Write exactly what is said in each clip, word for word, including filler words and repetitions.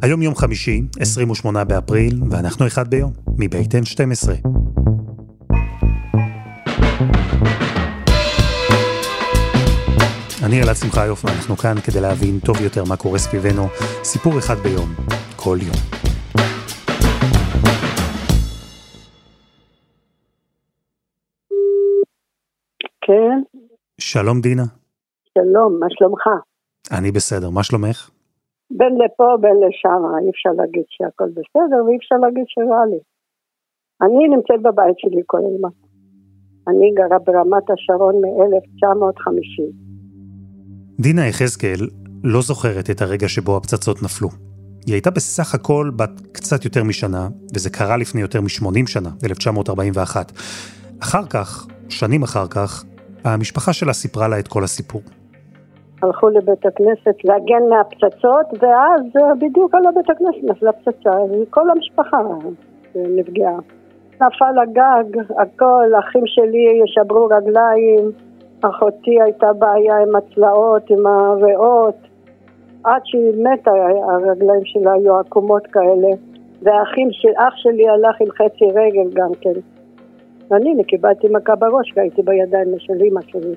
היום יום חמישי, עשרים ושמונה באפריל, ואנחנו אחד ביום, מבית אן שתים עשרה. אני אלעד שמחיוף, ואנחנו כאן כדי להבין טוב יותר מה קורה סביבנו, סיפור אחד ביום, כל יום. כן. שלום דינה. שלום, מה שלומך? אני בסדר, מה שלומך? בין לפה, בין לשם, אי אפשר להגיד שהכל בסדר, ואי אפשר להגיד שרע לי. אני נמצאת בבית שלי כל הזמן. אני גרה ברמת השרון מ-אלף תשע מאות וחמישים. דינה יחזקאל לא זוכרת את הרגע שבו הפצצות נפלו. היא הייתה בסך הכל בת קצת יותר משנה, וזה קרה לפני יותר מ-שמונים שנה, אלף תשע מאות ארבעים ואחת. אחר כך, שנים אחר כך, המשפחה שלה סיפרה לה את כל הסיפור. הלכו לבית הכנסת להגן מהפצצות, ואז בדיוק על הבית הכנסת נפלה פצצה, וכל המשפחה נפגעה. נפל הגג, הכל, האחים שלי ישברו רגליים, אחותי הייתה בעיה עם הצלעות, עם הריאות, עד שהיא מתה, הרגליים שלה היו עקומות כאלה, והאחים של אח שלי הלך עם חצי רגל גם כן. אני קיבלתי מכה בראש, והייתי בידיים של אמא שלי.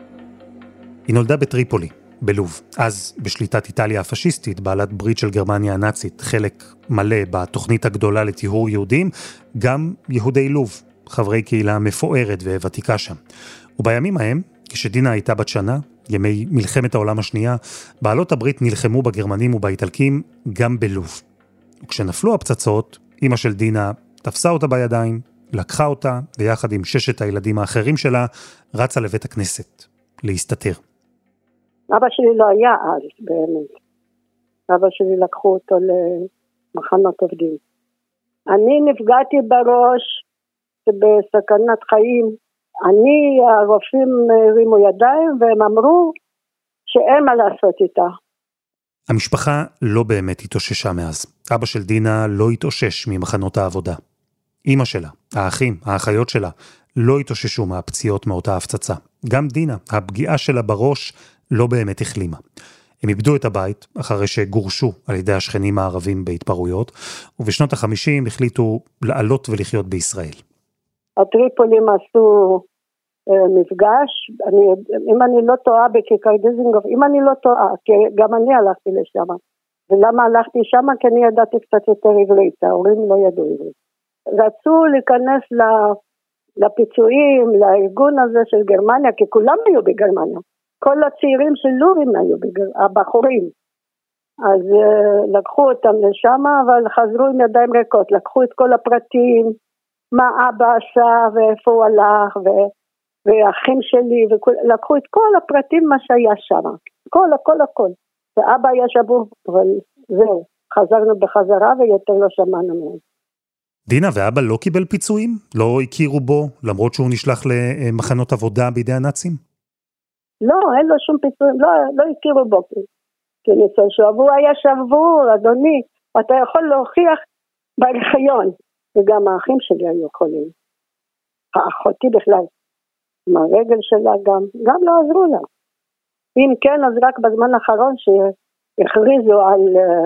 היא נולדה בטריפולי, בלוב, אז בשליטת איטליה הפשיסטית, בעלת ברית של גרמניה הנאצית, חלק מלא בתוכנית הגדולה לטיהור יהודים, גם יהודי לוב, חברי קהילה מפוארת וותיקה שם. ובימים ההם, כשדינה הייתה בת שנה, ימי מלחמת העולם השנייה, בעלות הברית נלחמו בגרמנים ובאיטלקים גם בלוב. וכשנפלו הפצצות, אמא של דינה תפסה אותה בידיים, לקחה אותה, ויחד עם ששת הילדים האחרים שלה, רצה לבית הכנסת, להסתתר. אבא שלי לא היה אז, באמת. אבא שלי לקחו אותו למחנות עובדים. אני נפגעתי בראש בסכנת חיים. אני, הרופאים הרימו ידיים, והם אמרו שאין מה לעשות איתה. המשפחה לא באמת התאוששה מאז. אבא של דינה לא התאושש ממחנות העבודה. אמא שלה, האחים, האחיות שלה, לא התאוששו מהפציעות מאותה הפצצה. גם דינה, הפגיעה שלה בראש, לא באמת החלימה. הם איבדו את הבית אחרי שגורשו על ידי השכנים הערבים בהתפרעויות, ובשנות החמישים החליטו לעלות ולחיות בישראל. הטריפולים עשו אה, מפגש, אני, אם אני לא טועה בכיכר דיזינגוף, אם אני לא טועה, כי גם אני הלכתי לשם. ולמה הלכתי שם? כי אני ידעתי קצת יותר עברית, ההורים לא ידעו עברית. רצו להיכנס ל... לפיצויים, לארגון הזה של גרמניה, כי כולם היו בגרמניה. כל הצעירים של לובים היו בגרמניה, הבחורים. אז uh, לקחו אותם לשם, אבל חזרו עם ידיים ריקות. לקחו את כל הפרטים, מה אבא עשה, ואיפה הוא הלך, ו... והאחים שלי, וכול... לקחו את כל הפרטים מה שהיה שם. כל, הכל, הכל. ואבא היה שבור, אבל זהו. חזרנו בחזרה ויותר לא שמענו מהם. דינה ואבא לא קיבל פיצויים? לא הכירו בו, למרות שהוא נשלח למחנות עבודה בידי הנאצים? לא, אין לו שום פיצויים, לא, לא הכירו בו. כי ניצול שואה, והוא היה שבור, אדוני, אתה יכול להוכיח בארכיון. וגם האחים שלי היו חולים. האחותי בכלל, עם הרגל שלה גם, גם לא עזרו לה. אם כן, אז רק בזמן האחרון שהכריזו על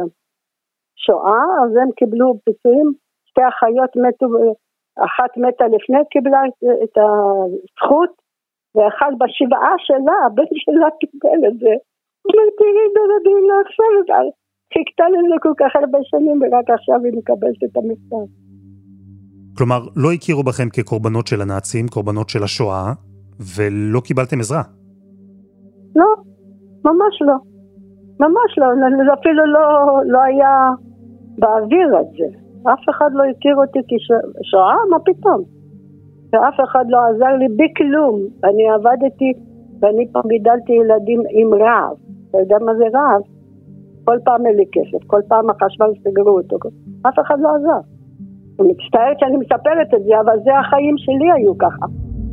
שואה, אז הם קיבלו פיצויים, שתי אחיות מתו, אחת מתה לפני, קיבלה את הזכות, ואחת בשבעה שלה, הבן שלה קיבל את זה. תראי דרדים לה עכשיו, חיכתה לזה כל כך הרבה שנים, ורק עכשיו היא מקבלת את המכתב. כלומר, לא הכירו בכם כקורבנות של הנאצים, קורבנות של השואה, ולא קיבלתם עזרה? לא, ממש לא. ממש לא, אפילו לא, לא היה באוויר את זה. אף אחד לא הכיר אותי כשואה, מה פתאום? ואף אחד לא עזר לי בכלום. אני עבדתי, ואני פעם גידלתי ילדים עם רעב. אתה יודע מה זה רעב? כל פעם אין לי כסף, כל פעם החשמל סגרו אותו. אף אחד לא עזר. אני מצטערת שאני מספרת את זה, אבל זה החיים שלי היו ככה.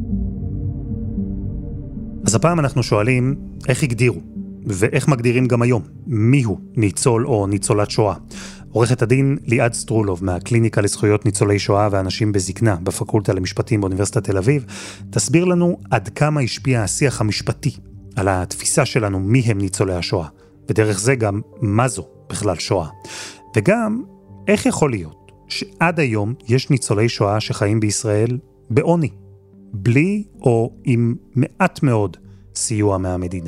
אז הפעם אנחנו שואלים, איך הגדירו? ואיך מגדירים גם היום? מיהו ניצול או ניצולת שואה? עורכת הדין ליעד סטרולוב מהקליניקה לזכויות ניצולי שואה ואנשים בזקנה בפקולטה למשפטים באוניברסיטת תל אביב, תסביר לנו עד כמה השפיע השיח המשפטי על התפיסה שלנו מי הם ניצולי השואה, ודרך זה גם מה זו בכלל שואה. וגם, איך יכול להיות שעד היום יש ניצולי שואה שחיים בישראל בעוני, בלי או עם מעט מאוד סיוע מהמדינה?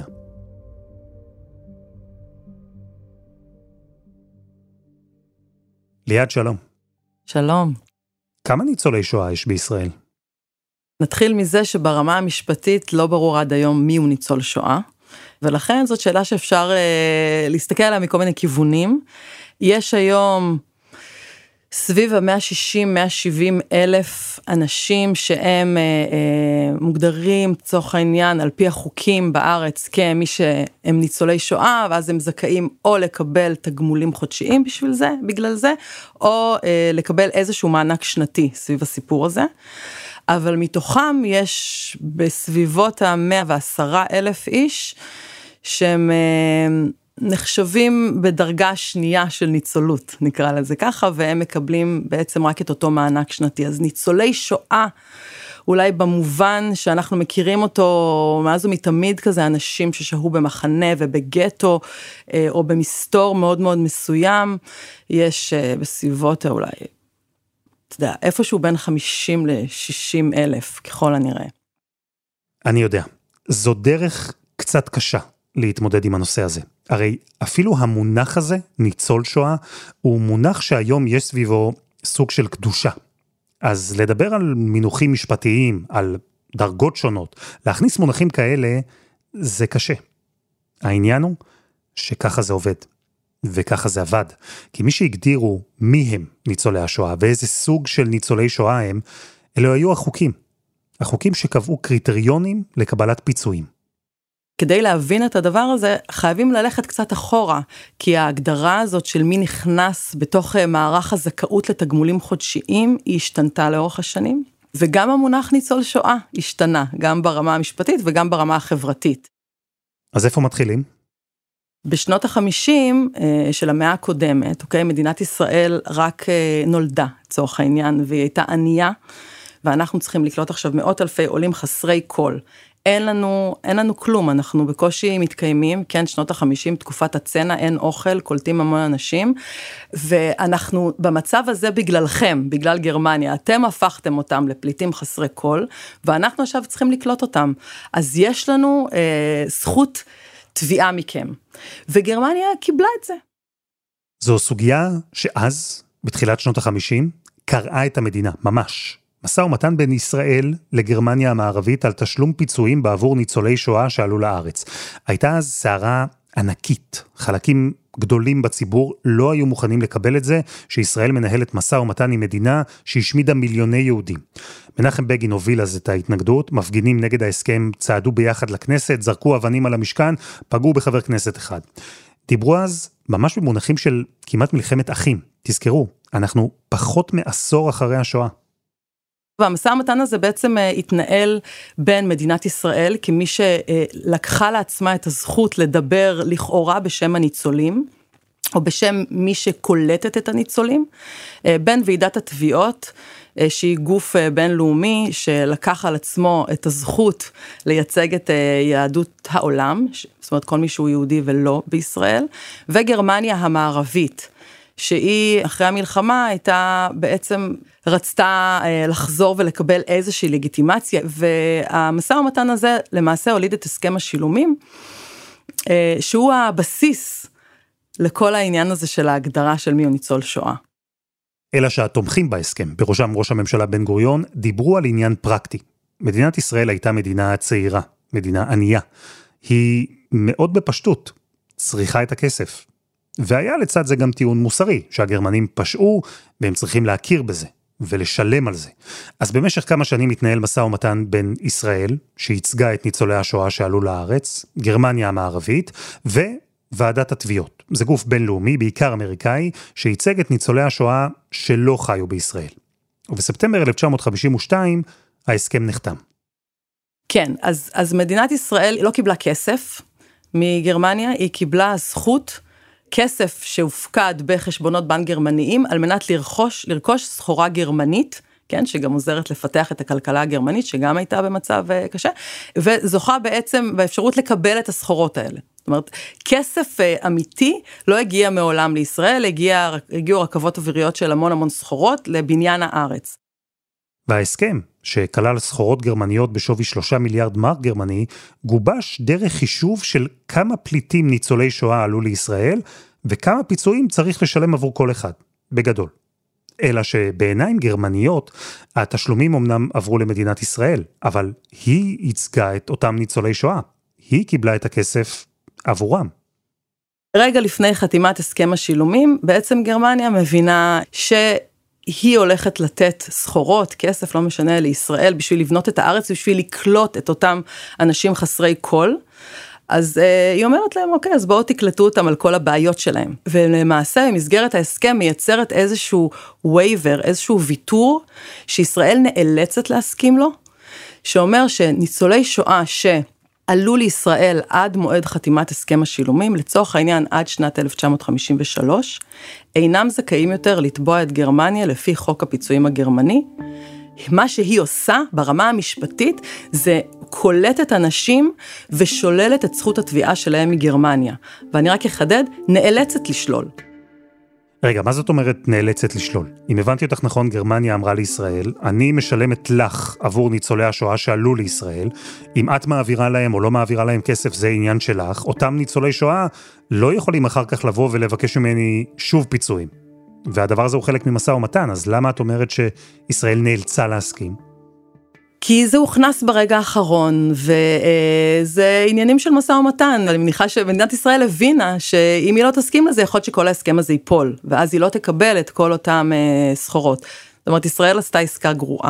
ליעד, שלום. שלום. כמה ניצולי שואה יש בישראל? נתחיל מזה שברמה המשפטית לא ברור עד היום מי הוא ניצול שואה, ולכן זאת שאלה שאפשר אה, להסתכל עליה מכל מיני כיוונים. יש היום סביב ה-מאה שישים עד מאה שבעים אלף אנשים שהם אה, אה, מוגדרים, צורך העניין, על פי החוקים בארץ, כמי שהם ניצולי שואה, ואז הם זכאים או לקבל תגמולים חודשיים בשביל זה, בגלל זה, או אה, לקבל איזשהו מענק שנתי סביב הסיפור הזה. אבל מתוכם יש בסביבות ה-מאה ועשרה אלף איש, שהם אה, נחשבים בדרגה שנייה של ניצולות, נקרא לזה ככה, והם מקבלים בעצם רק את אותו מענק שנתי. אז ניצולי שואה, אולי במובן שאנחנו מכירים אותו מאז ומתמיד כזה, אנשים ששהו במחנה ובגטו, אה, או במסתור מאוד מאוד מסוים, יש אה, בסביבות אולי, אתה יודע, איפשהו בין חמישים לשישים אלף, ככל הנראה. אני יודע, זו דרך קצת קשה להתמודד עם הנושא הזה. הרי אפילו המונח הזה, ניצול שואה, הוא מונח שהיום יש סביבו סוג של קדושה. אז לדבר על מינוחים משפטיים, על דרגות שונות, להכניס מונחים כאלה, זה קשה. העניין הוא שככה זה עובד. וככה זה עבד. כי מי שהגדירו מי הם ניצולי השואה, ואיזה סוג של ניצולי שואה הם, אלו היו החוקים. החוקים שקבעו קריטריונים לקבלת פיצויים. כדי להבין את הדבר הזה, חייבים ללכת קצת אחורה, כי ההגדרה הזאת של מי נכנס בתוך מערך הזכאות לתגמולים חודשיים, היא השתנתה לאורך השנים, וגם המונח ניצול שואה השתנה, גם ברמה המשפטית וגם ברמה החברתית. אז איפה מתחילים? בשנות החמישים של המאה הקודמת, אוקיי, מדינת ישראל רק נולדה, צורך העניין, והיא הייתה ענייה, ואנחנו צריכים לקלוט עכשיו מאות אלפי עולים חסרי קול. אין לנו, אין לנו כלום, אנחנו בקושי מתקיימים, כן, שנות החמישים, תקופת הצנע, אין אוכל, קולטים המון אנשים, ואנחנו במצב הזה בגללכם, בגלל גרמניה, אתם הפכתם אותם לפליטים חסרי קול, ואנחנו עכשיו צריכים לקלוט אותם. אז יש לנו אה, זכות תביעה מכם. וגרמניה קיבלה את זה. זו סוגיה שאז, בתחילת שנות החמישים, קראה את המדינה, ממש. משא ומתן בין ישראל לגרמניה המערבית על תשלום פיצויים בעבור ניצולי שואה שעלו לארץ. הייתה אז סערה ענקית. חלקים גדולים בציבור לא היו מוכנים לקבל את זה, שישראל מנהלת משא ומתן עם מדינה שהשמידה מיליוני יהודים. מנחם בגין הוביל אז את ההתנגדות, מפגינים נגד ההסכם צעדו ביחד לכנסת, זרקו אבנים על המשכן, פגעו בחבר כנסת אחד. דיברו אז ממש במונחים של כמעט מלחמת אחים. תזכרו, אנחנו פחות מעשור אחרי השואה. והמשא המתן הזה בעצם התנהל בין מדינת ישראל, כמי שלקחה לעצמה את הזכות לדבר לכאורה בשם הניצולים, או בשם מי שקולטת את הניצולים, בין ועידת התביעות, שהיא גוף בינלאומי, שלקח על עצמו את הזכות לייצג את יהדות העולם, זאת אומרת כל מי שהוא יהודי ולא בישראל, וגרמניה המערבית, שהיא אחרי המלחמה הייתה בעצם רצתה לחזור ולקבל איזושהי לגיטימציה, והמשא ומתן הזה למעשה הוליד את הסכם השילומים, שהוא הבסיס לכל העניין הזה של ההגדרה של מי הוא ניצול שואה. אלא שהתומכים בהסכם, בראשם ראש הממשלה בן גוריון, דיברו על עניין פרקטי. מדינת ישראל הייתה מדינה צעירה, מדינה ענייה. היא מאוד בפשטות, צריכה את הכסף. והיה לצד זה גם טיעון מוסרי, שהגרמנים פשעו, והם צריכים להכיר בזה, ולשלם על זה. אז במשך כמה שנים התנהל משא ומתן בין ישראל, שייצגה את ניצולי השואה שעלו לארץ, גרמניה המערבית, וועדת התביעות. זה גוף בינלאומי, בעיקר אמריקאי, שייצג את ניצולי השואה שלא חיו בישראל. ובספטמבר אלף תשע מאות חמישים ושתיים, ההסכם נחתם. כן, אז, אז מדינת ישראל לא קיבלה כסף מגרמניה, היא קיבלה זכות כסף שהופקד בחשבונות בנק גרמניים, על מנת לרכוש, לרכוש סחורה גרמנית, כן, שגם עוזרת לפתח את הכלכלה הגרמנית, שגם הייתה במצב קשה, וזוכה בעצם באפשרות לקבל את הסחורות האלה. זאת אומרת, כסף אמיתי לא הגיע מעולם לישראל, הגיע, הגיעו רכבות אוויריות של המון המון סחורות לבניין הארץ. וההסכם, שכלל סחורות גרמניות בשווי שלושה מיליארד מרק גרמני, גובש דרך חישוב של כמה פליטים ניצולי שואה עלו לישראל, וכמה פיצויים צריך לשלם עבור כל אחד, בגדול. אלא שבעיניים גרמניות, התשלומים אמנם עברו למדינת ישראל, אבל היא ייצגה את אותם ניצולי שואה. היא קיבלה את הכסף עבורם. רגע לפני חתימת הסכם השילומים, בעצם גרמניה מבינה שהיא הולכת לתת סחורות, כסף לא משנה לישראל, בשביל לבנות את הארץ, בשביל לקלוט את אותם אנשים חסרי קול. אז אה, היא אומרת להם, אוקיי, אז בואו תקלטו אותם על כל הבעיות שלהם. ולמעשה, במסגרת ההסכם מייצרת איזשהו waiver, איזשהו ויתור, שישראל נאלצת להסכים לו, שאומר שניצולי שואה שעלו לישראל עד מועד חתימת הסכם השילומים, לצורך העניין עד שנת אלף תשע מאות חמישים ושלוש, אינם זכאים יותר לתבוע את גרמניה לפי חוק הפיצויים הגרמני. מה שהיא עושה ברמה המשפטית זה קולטת אנשים ושוללת את זכות התביעה שלהם מגרמניה. ואני רק אחדד, נאלצת לשלול. רגע, מה זאת אומרת נאלצת לשלול? אם הבנתי אותך נכון, גרמניה אמרה לישראל, אני משלמת לך עבור ניצולי השואה שעלו לישראל, אם את מעבירה להם או לא מעבירה להם כסף, זה עניין שלך, אותם ניצולי שואה לא יכולים אחר כך לבוא ולבקש ממני שוב פיצויים. והדבר הזה הוא חלק ממשא ומתן, אז למה את אומרת שישראל נאלצה להסכים? כי זה הוכנס ברגע האחרון, וזה עניינים של משא ומתן. אני מניחה שמדינת ישראל הבינה שאם היא לא תסכים לזה, יכול להיות שכל ההסכם הזה ייפול, ואז היא לא תקבל את כל אותם סחורות. זאת אומרת, ישראל עשתה עסקה גרועה.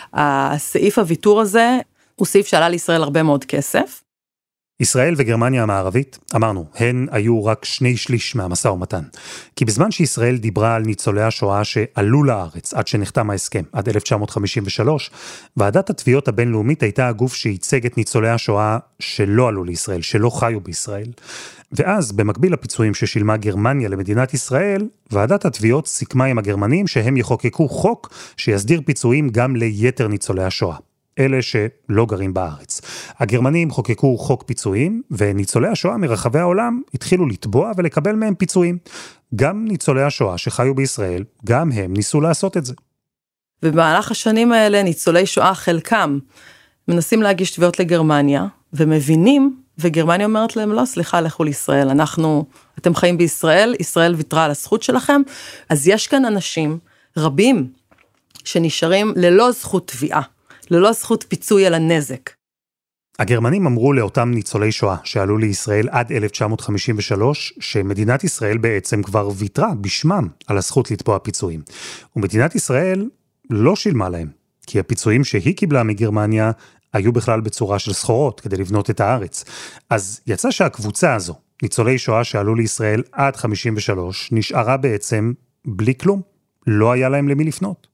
הסעיף הוויתור הזה הוא סעיף שעלה לישראל הרבה מאוד כסף. ישראל וגרמניה המערבית, אמרנו, הן היו רק שני שליש מהמשא ומתן. כי בזמן שישראל דיברה על ניצולי השואה שעלו לארץ עד שנחתם ההסכם, עד אלף תשע מאות חמישים ושלוש, ועדת התביעות הבינלאומית הייתה הגוף שייצג את ניצולי השואה שלא עלו לישראל, שלא חיו בישראל. ואז, במקביל לפיצויים ששילמה גרמניה למדינת ישראל, ועדת התביעות סיכמה עם הגרמנים שהם יחוקקו חוק שיסדיר פיצויים גם ליתר ניצולי השואה. אלה שלא גרים בארץ. הגרמנים חוקקו חוק פיצויים, וניצולי השואה מרחבי העולם התחילו לתבוע ולקבל מהם פיצויים. גם ניצולי השואה שחיו בישראל, גם הם ניסו לעשות את זה. ובמהלך השנים האלה, ניצולי שואה חלקם מנסים להגיש תביעות לגרמניה, ומבינים, וגרמניה אומרת להם, לא, סליחה, לכו לישראל, אנחנו, אתם חיים בישראל, ישראל ויתרה על הזכות שלכם, אז יש כאן אנשים רבים שנשארים ללא זכות תביעה. ללא זכות פיצוי על הנזק. הגרמנים אמרו לאותם ניצולי שואה שעלו לישראל עד אלף תשע מאות חמישים ושלוש, שמדינת ישראל בעצם כבר ויתרה בשמם על הזכות לתבוע פיצויים. ומדינת ישראל לא שילמה להם, כי הפיצויים שהיא קיבלה מגרמניה היו בכלל בצורה של סחורות כדי לבנות את הארץ. אז יצא שהקבוצה הזו, ניצולי שואה שעלו לישראל עד חמישים ושלוש, נשארה בעצם בלי כלום. לא היה להם למי לפנות.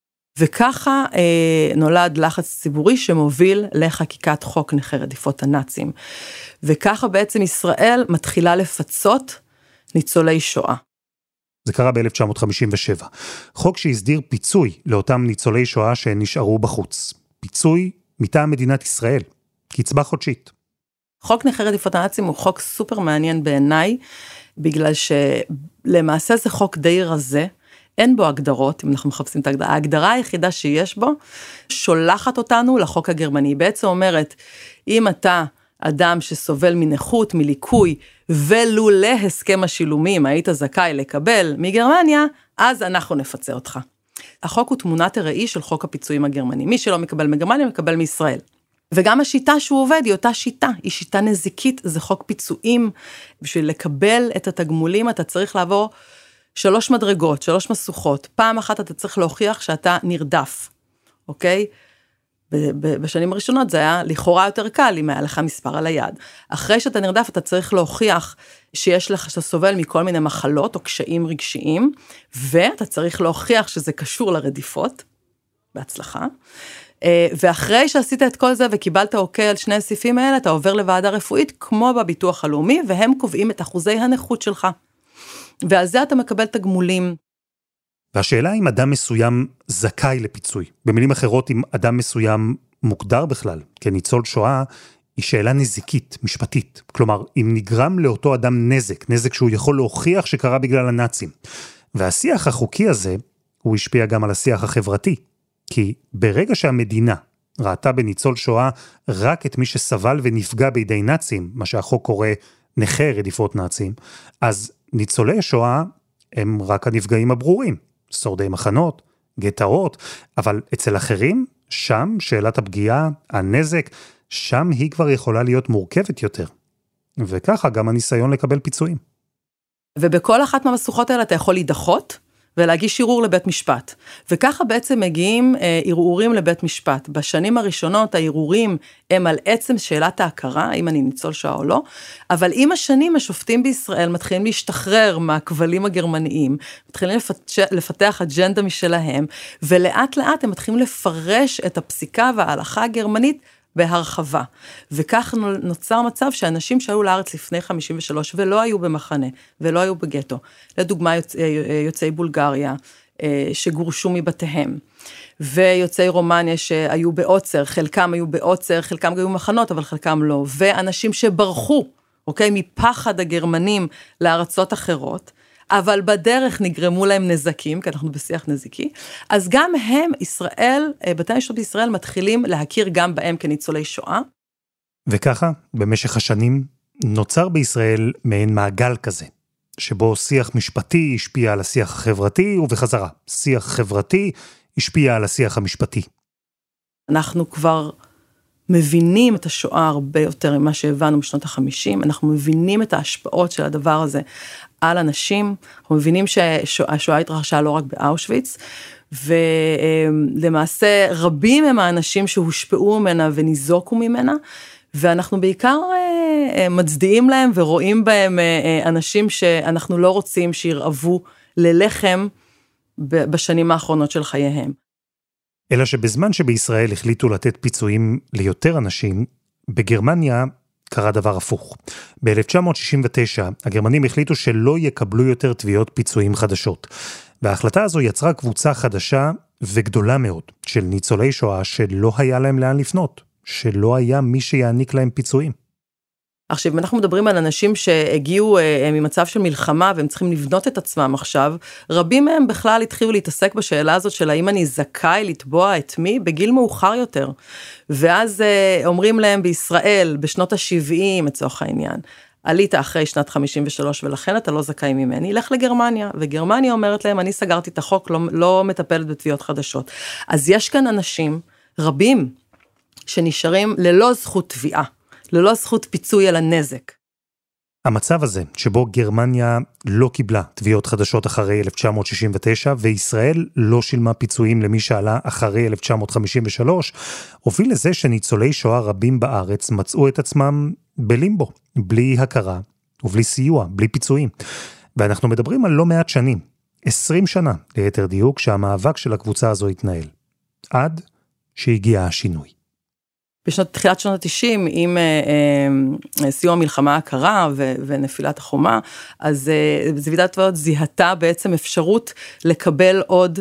וככה אה, נולד לחץ ציבורי שמוביל לחקיקת חוק נכי רדיפות הנאצים. וככה בעצם ישראל מתחילה לפצות ניצולי שואה. זה קרה ב-אלף תשע מאות חמישים ושבע. חוק שהסדיר פיצוי לאותם ניצולי שואה שנשארו בחוץ. פיצוי מטעם מדינת ישראל. קצבה חודשית. חוק נכי רדיפות הנאצים הוא חוק סופר מעניין בעיניי, בגלל שלמעשה זה חוק די רזה, אין בו הגדרות, אם אנחנו מחפשים את ההגדרה, ההגדרה היחידה שיש בו, שולחת אותנו לחוק הגרמני, היא בעצם אומרת, אם אתה אדם שסובל מנכות, מליקוי, ולו להסכם השילומים, היית זכאי לקבל מגרמניה, אז אנחנו נפצה אותך. החוק הוא תמונת הראי של חוק הפיצויים הגרמני, מי שלא מקבל מגרמניה, מקבל מישראל. וגם השיטה שהוא עובד היא אותה שיטה, היא שיטה נזיקית, זה חוק פיצויים, בשביל לקבל את התגמולים, אתה צריך לעבור שלוש מדרגות, שלוש מסוכות. פעם אחת אתה צריך להוכיח שאתה נרדף, אוקיי? בשנים הראשונות זה היה לכאורה יותר קל, אם היה לך מספר על היד. אחרי שאתה נרדף, אתה צריך להוכיח שיש לך, שאתה סובל מכל מיני מחלות או קשיים רגשיים, ואתה צריך להוכיח שזה קשור לרדיפות, בהצלחה. ואחרי שעשית את כל זה וקיבלת אוקיי על שני הסעיפים האלה, אתה עובר לוועדה רפואית, כמו בביטוח הלאומי, והם קובעים את אחוזי הנכות שלך. ועל זה אתה מקבל תגמולים. והשאלה אם אדם מסוים זכאי לפיצוי. במילים אחרות, אם אדם מסוים מוגדר בכלל כניצול שואה, היא שאלה נזיקית, משפטית. כלומר, אם נגרם לאותו אדם נזק, נזק שהוא יכול להוכיח שקרה בגלל הנאצים. והשיח החוקי הזה, הוא השפיע גם על השיח החברתי. כי ברגע שהמדינה ראתה בניצול שואה רק את מי שסבל ונפגע בידי נאצים, מה שהחוק קורא נכה רדיפות נאצים, אז ניצולי שואה הם רק הנפגעים הברורים, שורדי מחנות, גטאות, אבל אצל אחרים, שם שאלת הפגיעה, הנזק, שם היא כבר יכולה להיות מורכבת יותר. וככה גם הניסיון לקבל פיצויים. ובכל אחת מהמשוכות האלה אתה יכול להידחות, ולהגיש ערעור לבית משפט. וככה בעצם מגיעים אה, ערעורים לבית משפט. בשנים הראשונות הערעורים הם על עצם שאלת ההכרה, האם אני ניצול שואה או לא, אבל עם השנים השופטים בישראל מתחילים להשתחרר מהכבלים הגרמניים, מתחילים לפתח, לפתח אג'נדה משלהם, ולאט לאט הם מתחילים לפרש את הפסיקה וההלכה הגרמנית בהרחבה. וכך נוצר מצב שאנשים שהיו לארץ לפני חמישים ושלוש ולא היו במחנה, ולא היו בגטו, לדוגמה יוצאי, יוצאי בולגריה, שגורשו מבתיהם, ויוצאי רומניה שהיו בעוצר, חלקם היו בעוצר, חלקם היו במחנות, אבל חלקם לא, ואנשים שברחו, אוקיי, מפחד הגרמנים לארצות אחרות, אבל בדרך נגרמו להם נזקים, כי אנחנו בשיח נזיקי, אז גם הם, ישראל, בתי המשפט בישראל מתחילים להכיר גם בהם כניצולי שואה. וככה, במשך השנים, נוצר בישראל מעין מעגל כזה, שבו שיח משפטי השפיע על השיח החברתי, ובחזרה, שיח חברתי השפיע על השיח המשפטי. אנחנו כבר מבינים את השואה הרבה יותר ממה שהבנו בשנות החמישים, אנחנו מבינים את ההשפעות של הדבר הזה על אנשים, אנחנו מבינים שהשואה התרחשה לא רק באושוויץ, ולמעשה רבים הם האנשים שהושפעו ממנה וניזוקו ממנה, ואנחנו בעיקר מצדיעים להם ורואים בהם אנשים שאנחנו לא רוצים שירעבו ללחם בשנים האחרונות של חייהם. אלא שבזמן שבישראל החליטו לתת פיצויים ליותר אנשים, בגרמניה קרה דבר הפוך. ב-אלף תשע מאות שישים ותשע הגרמנים החליטו שלא יקבלו יותר תביעות פיצויים חדשות. וההחלטה הזו יצרה קבוצה חדשה וגדולה מאוד של ניצולי שואה שלא היה להם לאן לפנות, שלא היה מי שיעניק להם פיצויים. עכשיו, אנחנו מדברים על אנשים שהגיעו אה, ממצב של מלחמה, והם צריכים לבנות את עצמם עכשיו, רבים מהם בכלל התחילו להתעסק בשאלה הזאת של האם אני זכאי לתבוע את מי בגיל מאוחר יותר. ואז אה, אומרים להם בישראל, בשנות ה-שבעים, לצורך העניין, עלית אחרי שנת חמישים ושלוש, ולכן אתה לא זכאי ממני, לך לגרמניה. וגרמניה אומרת להם, אני סגרתי את החוק, לא, לא מטפלת בתביעות חדשות. אז יש כאן אנשים רבים שנשארים ללא זכות תביעה. ללא זכות פיצוי על הנזק. המצב הזה, שבו גרמניה לא קיבלה תביעות חדשות אחרי אלף תשע מאות שישים ותשע, וישראל לא שילמה פיצויים למי שעלה אחרי אלף תשע מאות חמישים ושלוש, הוביל לזה שניצולי שואה רבים בארץ מצאו את עצמם בלימבו, בלי הכרה ובלי סיוע, בלי פיצויים. ואנחנו מדברים על לא מעט שנים, עשרים שנה ליתר דיוק, שהמאבק של הקבוצה הזו התנהל. עד שהגיע השינוי. בשנות, תחילת שנות ה-תשעים, עם אה, אה, סיוע מלחמה הקרה ו, ונפילת החומה, אז אה, ועידת התביעות זיהתה בעצם אפשרות לקבל עוד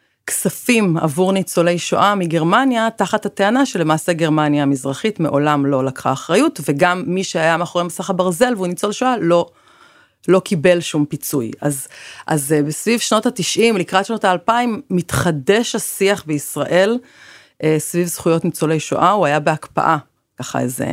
כספים עבור ניצולי שואה מגרמניה, תחת הטענה שלמעשה גרמניה המזרחית מעולם לא לקחה אחריות, וגם מי שהיה מאחורי מסך הברזל והוא ניצול שואה לא, לא קיבל שום פיצוי. אז, אז אה, בסביב שנות ה-תשעים, לקראת שנות ה-אלפיים, מתחדש השיח בישראל, סביב זכויות ניצולי שואה, הוא היה בהקפאה, ככה איזה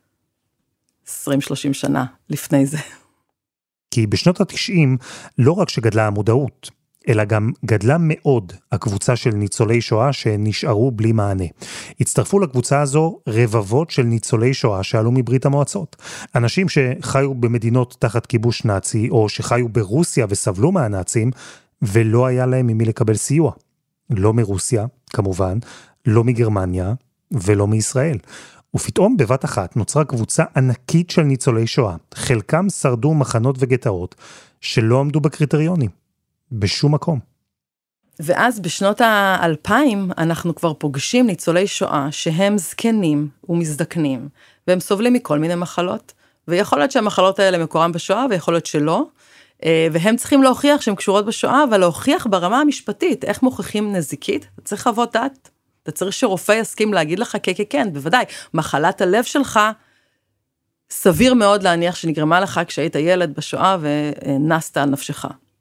עשרים שלושים שנה לפני זה. כי בשנות ה-תשעים לא רק שגדלה המודעות, אלא גם גדלה מאוד הקבוצה של ניצולי שואה שנשארו בלי מענה. הצטרפו לקבוצה הזו רבבות של ניצולי שואה שעלו מברית המועצות. אנשים שחיו במדינות תחת כיבוש נאצי, או שחיו ברוסיה וסבלו מהנאצים, ולא היה להם ממי לקבל סיוע. לא מרוסיה, כמובן, לא מגרמניה ולא מישראל. ופתאום בבת אחת נוצרה קבוצה ענקית של ניצולי שואה. חלקם שרדו מחנות וגטאות שלא עמדו בקריטריונים. בשום מקום. ואז בשנות האלפיים אנחנו כבר פוגשים ניצולי שואה שהם זקנים ומזדקנים, והם סובלים מכל מיני מחלות, ויכול להיות שהמחלות האלה מקורם בשואה, ויכול להיות שלא, והם צריכים להוכיח שהן קשורות בשואה, אבל להוכיח ברמה המשפטית, איך מוכיחים נזיקית, צריך חוות דעת. אתה צריך שרופא יסכים להגיד לך, כן, כן, כן, בוודאי, מחלת הלב שלך סביר מאוד להניח שנגרמה לך כשהיית ילד בשואה ונסת על נפשך.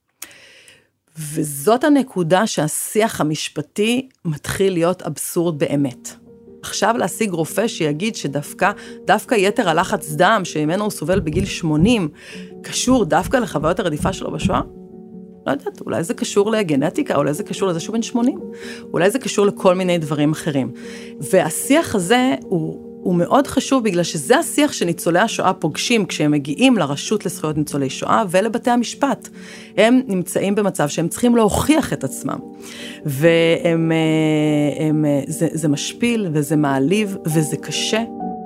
וזאת הנקודה שהשיח המשפטי מתחיל להיות אבסורד באמת. עכשיו להשיג רופא שיגיד שדווקא, דווקא יתר הלחץ דם שממנו הוא סובל בגיל שמונים, קשור דווקא לחוויות הרדיפה שלו בשואה? לא יודעת, אולי זה קשור לגנטיקה, אולי זה קשור לזה שהוא בן שמונים, אולי זה קשור לכל מיני דברים אחרים. והשיח הזה הוא, הוא מאוד חשוב בגלל שזה השיח שניצולי השואה פוגשים כשהם מגיעים לרשות לזכויות ניצולי שואה ולבתי המשפט. הם נמצאים במצב שהם צריכים להוכיח את עצמם. והם, הם, זה, זה משפיל וזה מעליב וזה קשה.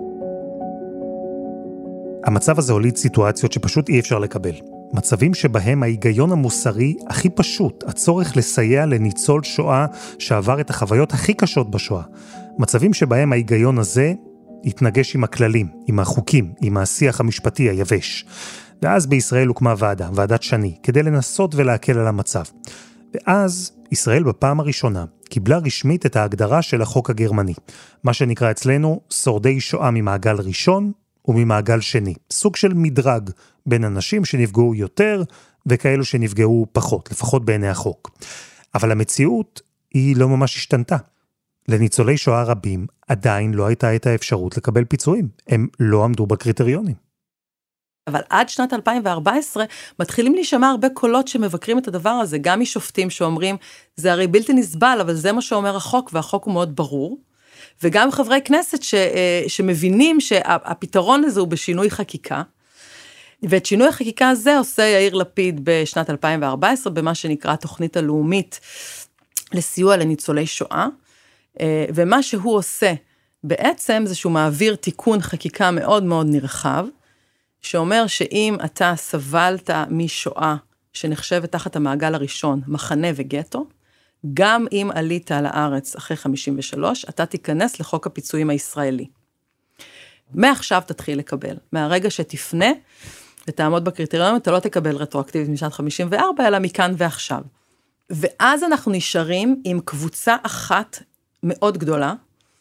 המצב הזה הוליד סיטואציות שפשוט אי אפשר לקבל. מצבים שבהם ההיגיון המוסרי הכי פשוט, הצורך לסייע לניצול שואה שעבר את החוויות הכי קשות בשואה. מצבים שבהם ההיגיון הזה התנגש עם הכללים, עם החוקים, עם השיח המשפטי היבש. ואז בישראל הוקמה ועדה, ועדת שני, כדי לנסות ולהקל על המצב. ואז ישראל בפעם הראשונה קיבלה רשמית את ההגדרה של החוק הגרמני, מה שנקרא אצלנו שורדי שואה ממעגל ראשון וממעגל שני, סוג של מדרג בין אנשים שנפגעו יותר וכאלו שנפגעו פחות, לפחות בעיני החוק. אבל המציאות היא לא ממש השתנתה. לניצולי שואה רבים עדיין לא הייתה את האפשרות לקבל פיצויים, הם לא עמדו בקריטריונים. אבל עד שנת אלפיים וארבע עשרה מתחילים להישמע הרבה קולות שמבקרים את הדבר הזה, גם משופטים שאומרים, זה הרי בלתי נסבל, אבל זה מה שאומר החוק, והחוק הוא מאוד ברור, וגם חברי כנסת ש, שמבינים שהפתרון לזה הוא בשינוי חקיקה, ואת שינוי החקיקה הזה עושה יאיר לפיד בשנת אלפיים וארבע עשרה, במה שנקרא התוכנית הלאומית לסיוע לניצולי שואה, ומה שהוא עושה בעצם זה שהוא מעביר תיקון חקיקה מאוד מאוד נרחב, שאומר שאם אתה סבלת משואה שנחשבת תחת המעגל הראשון, מחנה וגטו, גם אם עלית לארץ אחרי חמישים ושלוש, אתה תיכנס לחוק הפיצויים הישראלי. מעכשיו תתחיל לקבל. מהרגע שתפנה ותעמוד בקריטריון, אתה לא תקבל רטרואקטיבית משנת חמישים וארבע, אלא מכאן ועכשיו. ואז אנחנו נשארים עם קבוצה אחת מאוד גדולה,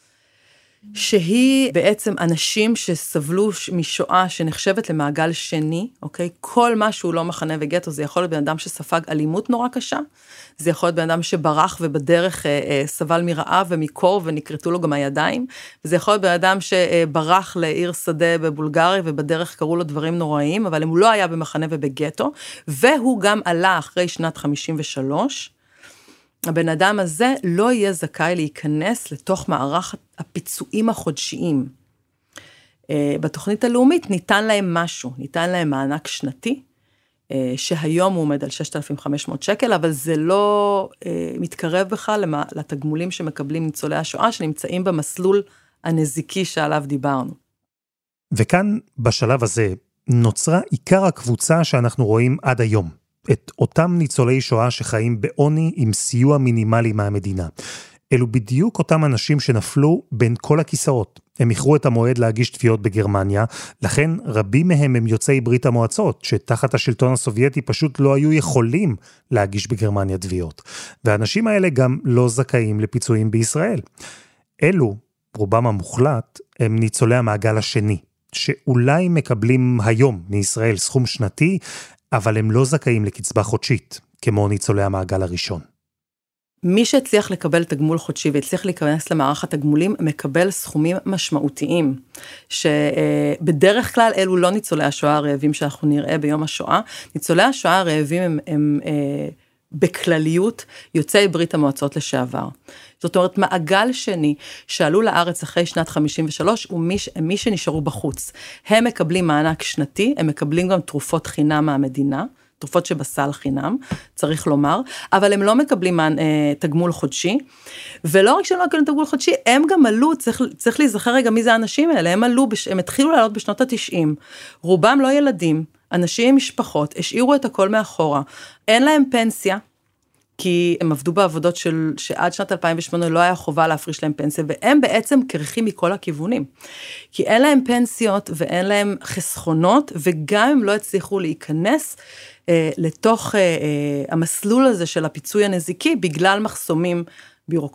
שהיא בעצם אנשים שסבלו משואה שנחשבת למעגל שני, אוקיי? כל מה שהוא לא מחנה וגטו, זה יכול להיות בן אדם שספג אלימות נורא קשה, זה יכול להיות בן אדם שברח ובדרך אה, אה, סבל מרעב ומקור ונקרטו לו גם הידיים, וזה יכול להיות בן אדם שברח לעיר שדה בבולגריה ובדרך קראו לו דברים נוראיים, אבל הוא לא היה במחנה ובגטו, והוא גם עלה אחרי שנת חמישים ושלוש, הבן אדם הזה לא יהיה זכאי להיכנס לתוך מערך הפיצויים החודשיים. בתוכנית הלאומית ניתן להם משהו, ניתן להם מענק שנתי, שהיום הוא עומד על שישת אלפים וחמש מאות שקל, אבל זה לא מתקרב בכלל לתגמולים שמקבלים ניצולי השואה, שנמצאים במסלול הנזיקי שעליו דיברנו. וכאן בשלב הזה נוצרה עיקר הקבוצה שאנחנו רואים עד היום. את אותם ניצולי שואה שחיים בעוני עם סיוע מינימלי מהמדינה. אלו בדיוק אותם אנשים שנפלו בין כל הכיסאות. הם איחרו את המועד להגיש תביעות בגרמניה, לכן רבים מהם הם יוצאי ברית המועצות, שתחת השלטון הסובייטי פשוט לא היו יכולים להגיש בגרמניה תביעות. והאנשים האלה גם לא זכאים לפיצויים בישראל. אלו, רובם המוחלט, הם ניצולי המעגל השני, שאולי מקבלים היום מישראל סכום שנתי, אבל הם לא זכאים לקצבה חודשית, כמו ניצולי המעגל הראשון. מי שהצליח לקבל תגמול חודשי והצליח להיכנס למערך התגמולים, מקבל סכומים משמעותיים, שבדרך כלל אלו לא ניצולי השואה הרעבים שאנחנו נראה ביום השואה, ניצולי השואה הרעבים הם, הם אה, בכלליות יוצאי ברית המועצות לשעבר. זאת אומרת, מעגל שני שעלו לארץ אחרי שנת חמישים ושלוש, ומי מי שנשארו בחוץ. הם מקבלים מענק שנתי, הם מקבלים גם תרופות חינם מהמדינה, תרופות שבסל חינם, צריך לומר, אבל הם לא מקבלים אה, תגמול חודשי, ולא רק שהם לא מקבלים תגמול חודשי, הם גם עלו, צריך, צריך להיזכר רגע מי זה האנשים האלה, הם עלו, בש, הם התחילו לעלות בשנות ה-תשעים, רובם לא ילדים, אנשים עם משפחות, השאירו את הכל מאחורה, אין להם פנסיה, כי הם עבדו בעבודות של, שעד שנת אלפיים ושמונה לא היה חובה להפריש להם פנסיה, והם בעצם קרחים מכל הכיוונים. כי אין להם פנסיות ואין להם חסכונות, וגם הם לא הצליחו להיכנס אה, לתוך אה, אה, המסלול הזה של הפיצוי הנזיקי, בגלל מחסומים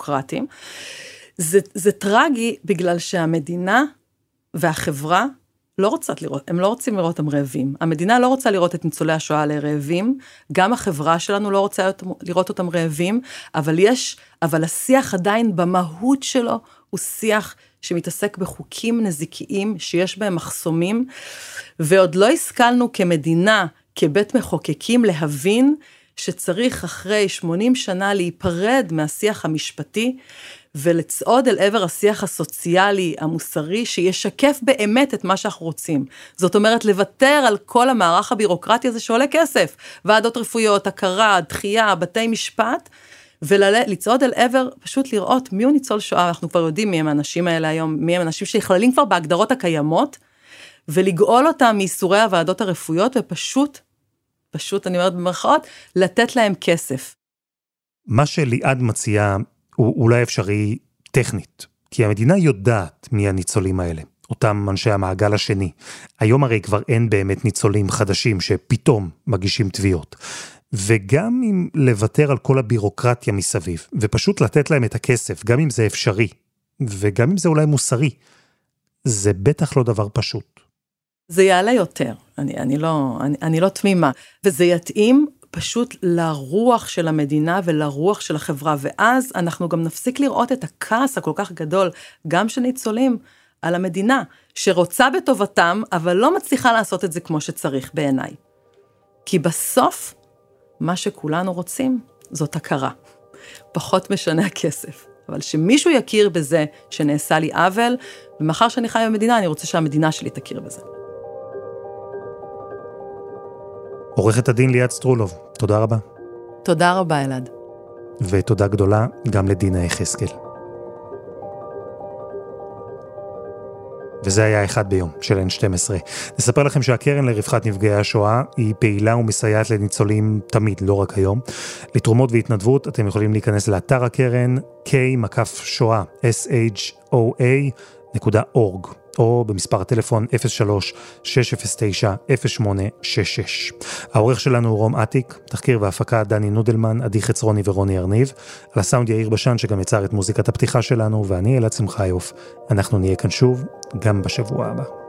בירוקרטיים. זה, זה טרגי בגלל שהמדינה והחברה לא רוצות לראות, הם לא רוצים לראות אותם רעבים. המדינה לא רוצה לראות את ניצולי השואה לרעבים, גם החברה שלנו לא רוצה לראות אותם רעבים, אבל יש, אבל השיח עדיין במהות שלו, הוא שיח שמתעסק בחוקים נזיקיים, שיש בהם מחסומים, ועוד לא השכלנו כמדינה, כבית מחוקקים, להבין שצריך אחרי שמונים שנה להיפרד מהשיח המשפטי, ולצעוד אל עבר השיח הסוציאלי, המוסרי, שישקף באמת את מה שאנחנו רוצים. זאת אומרת, לוותר על כל המערך הבירוקרטי הזה שעולה כסף, ועדות רפואיות, הכרה, דחייה, בתי משפט, ולצעוד אל עבר, פשוט לראות מי הוא ניצול שואה, אנחנו כבר יודעים מי הם האנשים האלה היום, מי הם האנשים שנכללים כבר בהגדרות הקיימות, ולגאול אותם מייסורי הוועדות הרפואיות, ופשוט, פשוט, אני אומרת במרכאות, לתת להם כסף. מה שליעד מציעה, הוא אולי אפשרי טכנית, כי המדינה יודעת מי הניצולים האלה, אותם אנשי המעגל השני. היום הרי כבר אין באמת ניצולים חדשים שפתאום מגישים תביעות. וגם אם לוותר על כל הבירוקרטיה מסביב, ופשוט לתת להם את הכסף, גם אם זה אפשרי, וגם אם זה אולי מוסרי, זה בטח לא דבר פשוט. זה יעלה יותר, אני, אני לא, אני, אני לא תמימה, וזה יתאים פשוט לרוח של המדינה ולרוח של החברה, ואז אנחנו גם נפסיק לראות את הכעס הכל כך גדול, גם שניצולים על המדינה, שרוצה בטובתם, אבל לא מצליחה לעשות את זה כמו שצריך בעיניי. כי בסוף, מה שכולנו רוצים, זאת הכרה. פחות משנה הכסף. אבל שמישהו יכיר בזה שנעשה לי עוול, ומאחר שאני חי במדינה, אני רוצה שהמדינה שלי תכיר בזה. עורכת הדין ליעד סטרולוב, תודה רבה. תודה רבה, אלעד. ותודה גדולה גם לדינה יחזקאל. וזה היה אחד ביום של אן שתים עשרה. נספר לכם שהקרן לרווחת נפגעי השואה היא פעילה ומסייעת לניצולים תמיד, לא רק היום. לתרומות והתנדבות אתם יכולים להיכנס לאתר הקרן k-שואה, אס אייץ' או איי נקודה אורג, או במספר הטלפון אפס שלוש שש אפס תשע אפס שמונה שש שש. העורך שלנו הוא רום עתיק, תחקיר והפקה דני נודלמן, עדי חצרוני ורוני ארניב, על הסאונד יאיר בשן שגם יצר את מוזיקת הפתיחה שלנו, ואני אלעד שמחיוף. אנחנו נהיה כאן שוב, גם בשבוע הבא.